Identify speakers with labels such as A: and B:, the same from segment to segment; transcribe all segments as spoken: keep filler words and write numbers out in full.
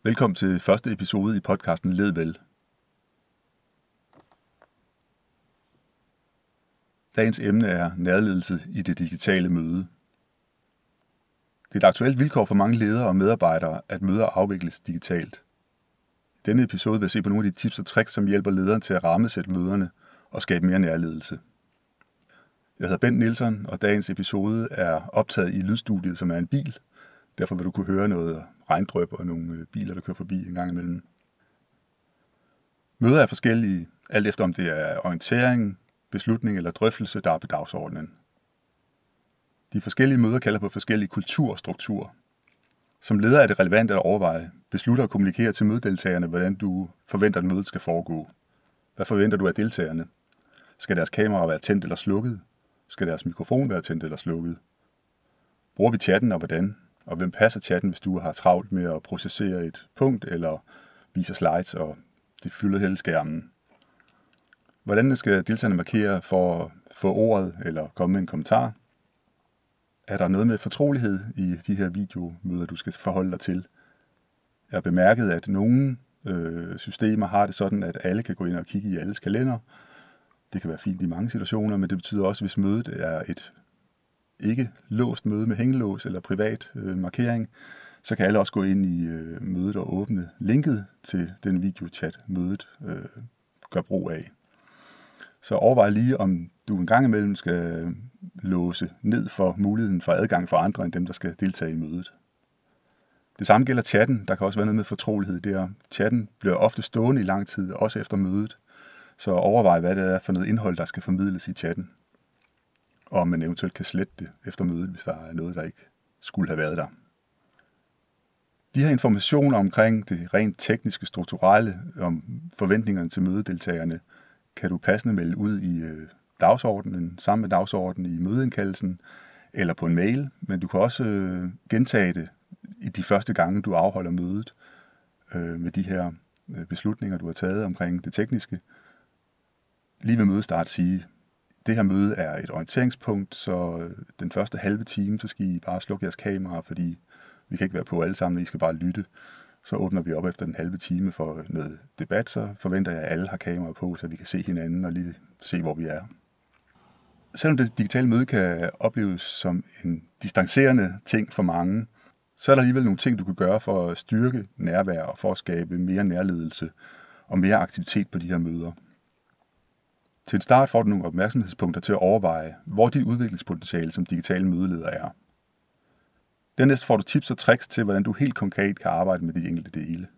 A: Velkommen til første episode i podcasten Led Vel. Dagens emne er nærledelse i det digitale møde. Det er et aktuelt vilkår for mange ledere og medarbejdere, at møder afvikles digitalt. I denne episode vil jeg se på nogle af de tips og tricks, som hjælper lederen til at rammesætte møderne og skabe mere nærledelse. Jeg hedder Bent Nielsen, og dagens episode er optaget i lydstudiet, som er en bil. Derfor vil du kunne høre noget regndryp og nogle biler, der kører forbi en gang imellem. Møder er forskellige, alt efter om det er orientering, beslutning eller drøftelse, der er på dagsordenen. De forskellige møder kalder på forskellige kultur og strukturer. Som leder er det relevant at overveje, beslutte og kommunikere til mødedeltagerne, hvordan du forventer, at mødet skal foregå. Hvad forventer du af deltagerne? Skal deres kamera være tændt eller slukket? Skal deres mikrofon være tændt eller slukket? Bruger vi chatten og hvordan? Og hvem passer chatten, hvis du har travlt med at processere et punkt eller viser slides, og det fylder hele skærmen? Hvordan skal deltagerne markere for at få ordet eller komme med en kommentar? Er der noget med fortrolighed i de her videomøder, du skal forholde dig til? Jeg har bemærket, at nogle øh, systemer har det sådan, at alle kan gå ind og kigge i alles kalender. Det kan være fint i mange situationer, men det betyder også, at hvis mødet er et ikke låst møde med hængelås eller privat øh, markering, så kan alle også gå ind i øh, mødet og åbne linket til den videochat, mødet øh, gør brug af. Så overvej lige, om du en gang imellem skal låse ned for muligheden for adgang for andre end dem, der skal deltage i mødet. Det samme gælder chatten. Der kan også være noget med fortrolighed der. Chatten bliver ofte stående i lang tid, også efter mødet. Så overvej, hvad det er for noget indhold, der skal formidles i chatten. Og om man eventuelt kan slette det efter mødet, hvis der er noget, der ikke skulle have været der. De her informationer omkring det rent tekniske, strukturelle, om forventningerne til mødedeltagerne, kan du passende melde ud i øh, dagsordenen, sammen med dagsordenen i mødeindkaldelsen, eller på en mail, men du kan også øh, gentage det i de første gange, du afholder mødet, øh, med de her øh, beslutninger, du har taget omkring det tekniske. Lige ved mødestart sige, det her møde er et orienteringspunkt, så øh, den første halve time, så skal I bare slukke jeres kamera, fordi vi kan ikke være på alle sammen, I skal bare lytte. Så åbner vi op efter den halve time for noget debat, så forventer jeg, at alle har kamera på, så vi kan se hinanden og lige se, hvor vi er. Selvom det digitale møde kan opleves som en distancerende ting for mange, så er der alligevel nogle ting, du kan gøre for at styrke nærvær og for at skabe mere nærledelse og mere aktivitet på de her møder. Til en start får du nogle opmærksomhedspunkter til at overveje, hvor dit udviklingspotentiale som digital mødeleder er. Dernæst får du tips og tricks til, hvordan du helt konkret kan arbejde med de enkelte dele.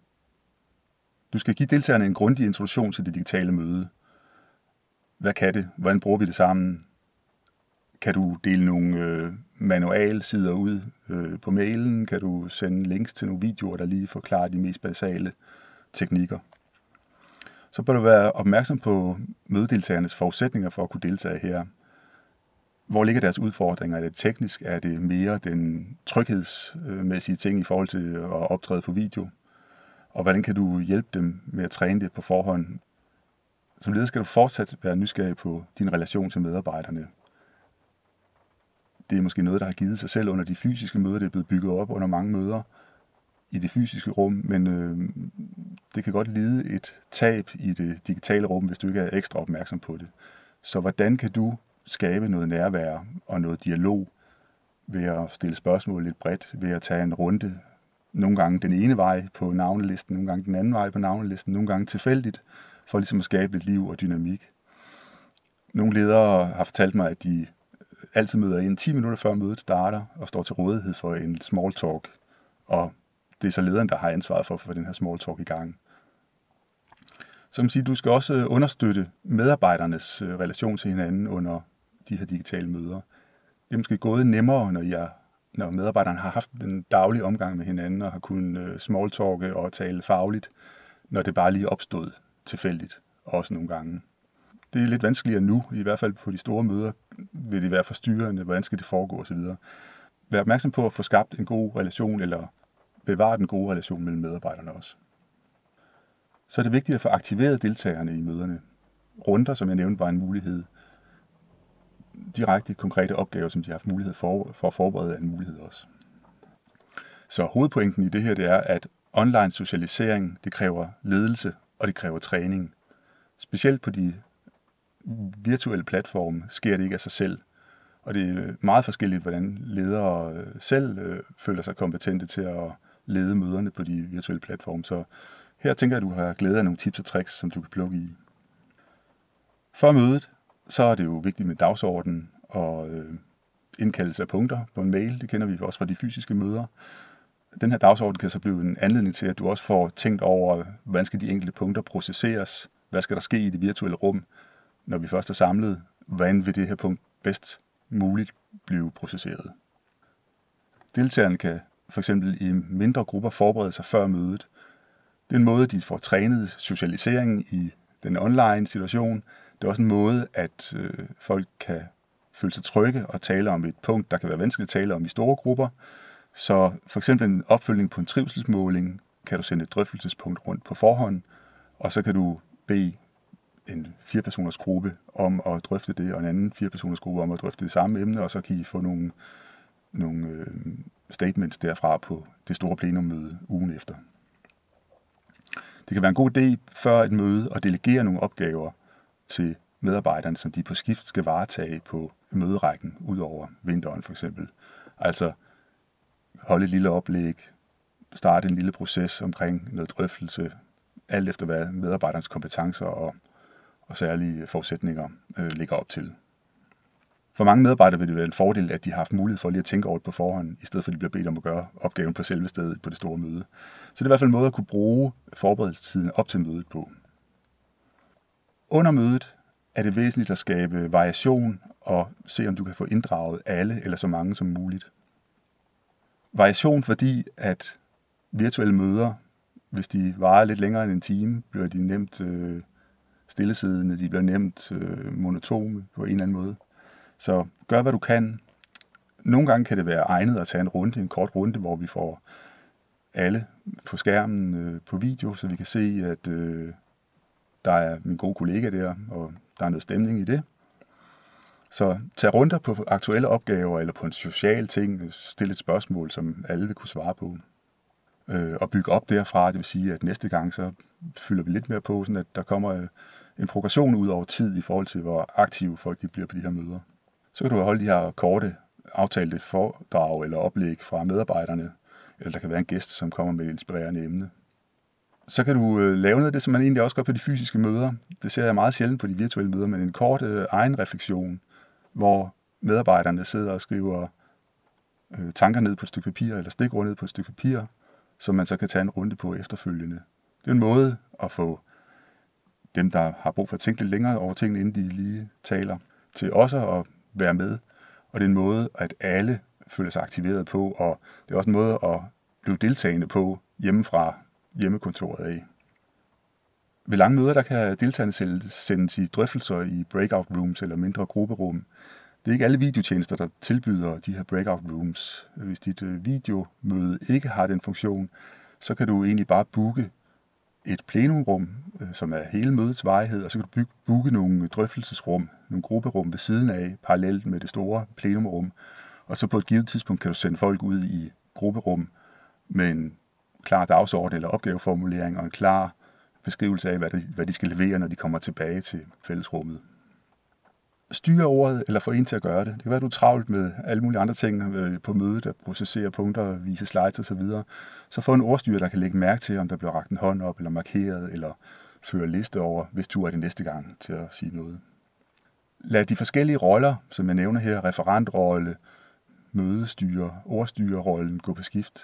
A: Du skal give deltagerne en grundig introduktion til det digitale møde. Hvad kan det? Hvordan bruger vi det sammen? Kan du dele nogle øh, manualsider ud øh, på mailen? Kan du sende links til nogle videoer, der lige forklarer de mest basale teknikker? Så bør du være opmærksom på mødedeltagernes forudsætninger for at kunne deltage her. Hvor ligger deres udfordringer? Er det teknisk? Er det mere den tryghedsmæssige ting i forhold til at optræde på video? Og hvordan kan du hjælpe dem med at træne det på forhånd? Som leder skal du fortsat være nysgerrig på din relation til medarbejderne. Det er måske noget, der har givet sig selv under de fysiske møder. Det er blevet bygget op under mange møder i det fysiske rum, men øh, det kan godt lide et tab i det digitale rum, hvis du ikke er ekstra opmærksom på det. Så hvordan kan du skabe noget nærvær og noget dialog ved at stille spørgsmål lidt bredt, ved at tage en runde, nogle gange den ene vej på navnelisten, nogle gange den anden vej på navnelisten, nogle gange tilfældigt, for ligesom at skabe lidt liv og dynamik. Nogle ledere har fortalt mig, at de altid møder ind ti minutter før mødet starter og står til rådighed for en small talk, og det er så lederen, der har ansvaret for at få den her small talk i gang. Så kan man sige, at du skal også understøtte medarbejdernes relation til hinanden under de her digitale møder. Det er måske gået nemmere, når, jeg, når medarbejderne har haft en daglig omgang med hinanden og har kunnet smalltalke og tale fagligt, når det bare lige opstod tilfældigt, også nogle gange. Det er lidt vanskeligere nu, i hvert fald på de store møder, vil det være forstyrrende, hvordan skal det foregå osv. Vær opmærksom på at få skabt en god relation, eller bevare den gode relation mellem medarbejderne også. Så er det vigtigt at få aktiveret deltagerne i møderne. Runder, som jeg nævnte, var en mulighed. Direkte konkrete opgaver, som de har haft mulighed for, for at forberede, er en mulighed også. Så hovedpointen i det her, det er, at online socialisering, det kræver ledelse, og det kræver træning. Specielt på de virtuelle platforme sker det ikke af sig selv. Og det er meget forskelligt, hvordan ledere selv øh, føler sig kompetente til at lede møderne på de virtuelle platforme. Så her tænker jeg, at du har glæde af nogle tips og tricks, som du kan plukke i. For mødet, så er det jo vigtigt med dagsordenen og øh, indkaldelse af punkter på en mail. Det kender vi også fra de fysiske møder. Den her dagsorden kan så blive en anledning til, at du også får tænkt over, hvordan skal de enkelte punkter processeres? Hvad skal der ske i det virtuelle rum, når vi først er samlet? Hvordan vil det her punkt bedst muligt blive processeret? Deltagerne kan for eksempel i mindre grupper forberede sig før mødet. Det er en måde, de får trænet socialiseringen i den online situation. Det er også en måde, at øh, folk kan føle sig trygge og tale om et punkt, der kan være vanskeligt at tale om i store grupper. Så for eksempel en opfølgning på en trivselsmåling, kan du sende et drøftelsespunkt rundt på forhånd, og så kan du bede en firepersoners gruppe om at drøfte det, og en anden firepersoners gruppe om at drøfte det samme emne, og så kan I få nogle, nogle øh, statements derfra på det store plenummøde ugen efter. Det kan være en god idé før et møde at delegere nogle opgaver til medarbejderne, som de på skift skal varetage på møderækken, ud over vinteren for eksempel. Altså holde et lille oplæg, starte en lille proces omkring noget drøftelse, alt efter hvad medarbejderens kompetencer og, og særlige forudsætninger øh, ligger op til. For mange medarbejdere vil det være en fordel, at de har haft mulighed for lige at tænke over det på forhånd, i stedet for at de bliver bedt om at gøre opgaven på selve stedet på det store møde. Så det er i hvert fald en måde at kunne bruge forberedelsestiden op til mødet på. Under mødet er det væsentligt at skabe variation og se, om du kan få inddraget alle eller så mange som muligt. Variation, fordi at virtuelle møder, hvis de varer lidt længere end en time, bliver de nemt øh, stillesiddende, de bliver nemt øh, monotone på en eller anden måde. Så gør, hvad du kan. Nogle gange kan det være egnet at tage en runde, en kort runde, hvor vi får alle på skærmen øh, på video, så vi kan se, at øh, der er min gode kollega der, og der er noget stemning i det. Så tag runder på aktuelle opgaver, eller på en social ting, stille et spørgsmål, som alle vil kunne svare på. Øh, og bygge op derfra, det vil sige, at næste gang, så fylder vi lidt mere på, sådan at der kommer en progression ud over tid, i forhold til, hvor aktive folk de bliver på de her møder. Så kan du holde de her korte, aftalte foredrag eller oplæg fra medarbejderne, eller der kan være en gæst, som kommer med et inspirerende emne. Så kan du øh, lave noget af det, som man egentlig også gør på de fysiske møder. Det ser jeg meget sjældent på de virtuelle møder, men en kort øh, egen refleksion, hvor medarbejderne sidder og skriver øh, tanker ned på et stykke papir, eller stikord ned på et stykke papir, som man så kan tage en runde på efterfølgende. Det er en måde at få dem, der har brug for at tænke lidt længere over tingene, inden de lige taler, til også at være med. Og det er en måde, at alle føler sig aktiveret på, og det er også en måde at blive deltagende på hjemmefra, hjemmekontoret af. Ved lange møder, der kan deltagerne sendes i drøftelser i breakout rooms eller mindre grupperum. Det er ikke alle videotjenester, der tilbyder de her breakout rooms. Hvis dit videomøde ikke har den funktion, så kan du egentlig bare booke et plenumrum, som er hele mødets varighed, og så kan du bygge, booke nogle drøftelsesrum, nogle grupperum ved siden af, parallelt med det store plenumrum. Og så på et givet tidspunkt kan du sende folk ud i grupperum med en klar dagsorden eller opgaveformulering og en klar beskrivelse af, hvad de, hvad de skal levere, når de kommer tilbage til fællesrummet. Styre ordet eller få en til at gøre det. Det kan være, at du er travlt med alle mulige andre ting på mødet, at processere punkter, vise slides osv. Så få en ordstyre, der kan lægge mærke til, om der bliver rakt en hånd op, eller markeret, eller føre liste over, hvis du er det næste gang til at sige noget. Lad de forskellige roller, som jeg nævner her, referentrolle, mødestyre, ordstyrerollen gå på skift.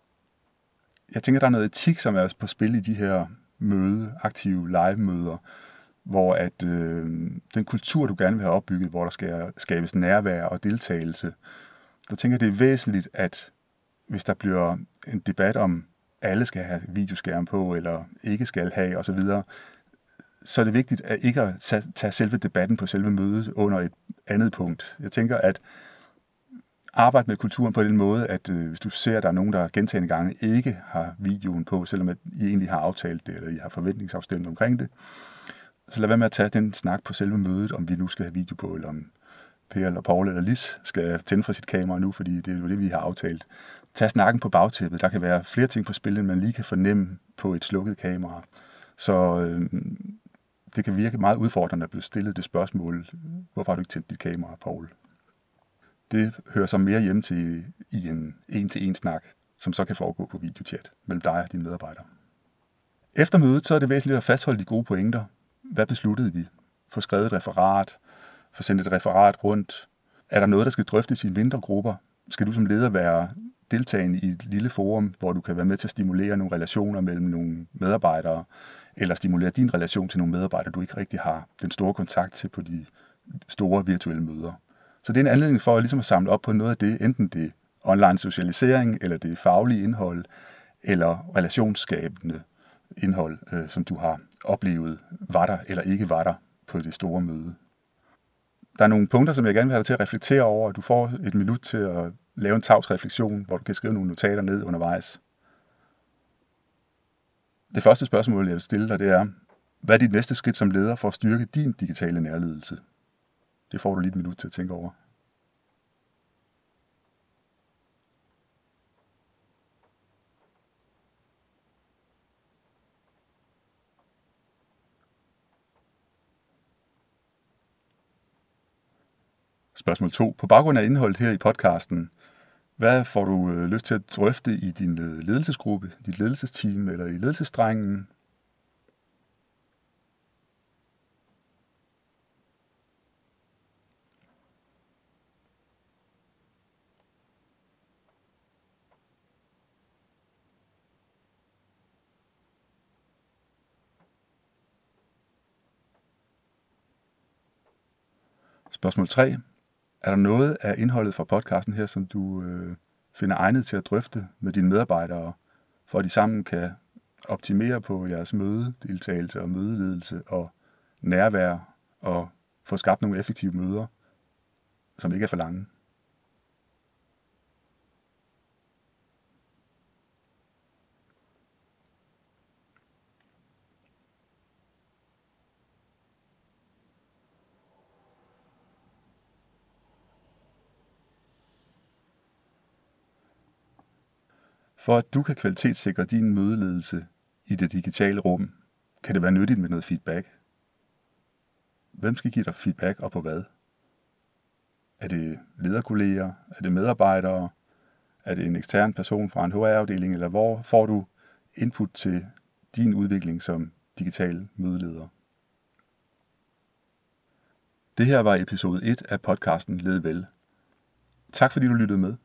A: Jeg tænker, der er noget etik, som er på spil i de her møde, aktive live-møder, hvor at øh, den kultur, du gerne vil have opbygget, hvor der skal skabes nærvær og deltagelse, der tænker jeg, det er væsentligt, at hvis der bliver en debat om, alle skal have videoskærm på, eller ikke skal have osv., så er det vigtigt at ikke at tage, tage selve debatten på selve mødet under et andet punkt. Jeg tænker, at arbejde med kulturen på den måde, at øh, hvis du ser, at der er nogen, der gentagne gange ikke har videoen på, selvom at I egentlig har aftalt det, eller I har forventningsafstemt omkring det, så lad være med at tage den snak på selve mødet, om vi nu skal have video på, eller om Per eller Paul eller Lis skal tænde for sit kamera nu, fordi det er jo det, vi har aftalt. tage snakken på bagtæppet. Der kan være flere ting på spil, end man lige kan fornemme på et slukket kamera. Så øh, det kan virke meget udfordrende at blive stillet det spørgsmål, hvorfor har du ikke tændt dit kamera, Poul? Det hører så mere hjemme til i en en-til-en snak, som så kan foregå på videochat mellem dig og dine medarbejdere. Efter mødet så er det væsentligt at fastholde de gode pointer. Hvad besluttede vi? Få skrevet et referat, få sendt et referat rundt. Er der noget, der skal drøftes i mindre grupper? Skal du som leder være deltagende i et lille forum, hvor du kan være med til at stimulere nogle relationer mellem nogle medarbejdere, eller stimulere din relation til nogle medarbejdere, du ikke rigtig har den store kontakt til på de store virtuelle møder. Så det er en anledning for at, ligesom at samle op på noget af det, enten det online socialisering, eller det faglige indhold, eller relationsskabende indhold, øh, som du har oplevet, var der eller ikke var der på det store møde. Der er nogle punkter, som jeg gerne vil have dig til at reflektere over, og du får et minut til at lave en tavs refleksion, hvor du kan skrive nogle notater ned undervejs. Det første spørgsmål, jeg vil stille dig, det er, hvad er dit næste skridt som leder for at styrke din digitale nærledelse? Det får du lige et minut til at tænke over. Spørgsmål to. På baggrund af indholdet her i podcasten, hvad får du øh, lyst til at drøfte i din øh, ledelsesgruppe, dit ledelsesteam eller i ledelsesdrengen? Spørgsmål tre. Er der noget af indholdet fra podcasten her, som du øh, finder egnet til at drøfte med dine medarbejdere, for at de sammen kan optimere på jeres mødedeltagelse og mødeledelse og nærvær og få skabt nogle effektive møder, som ikke er for lange? For at du kan kvalitetssikre din mødeledelse i det digitale rum, kan det være nyttigt med noget feedback. Hvem skal give dig feedback, og på hvad? Er det lederkolleger? Er det medarbejdere? Er det en ekstern person fra en H R-afdeling? Eller hvor får du input til din udvikling som digital mødeleder? Det her var episode et af podcasten Led Vel. Tak fordi du lyttede med.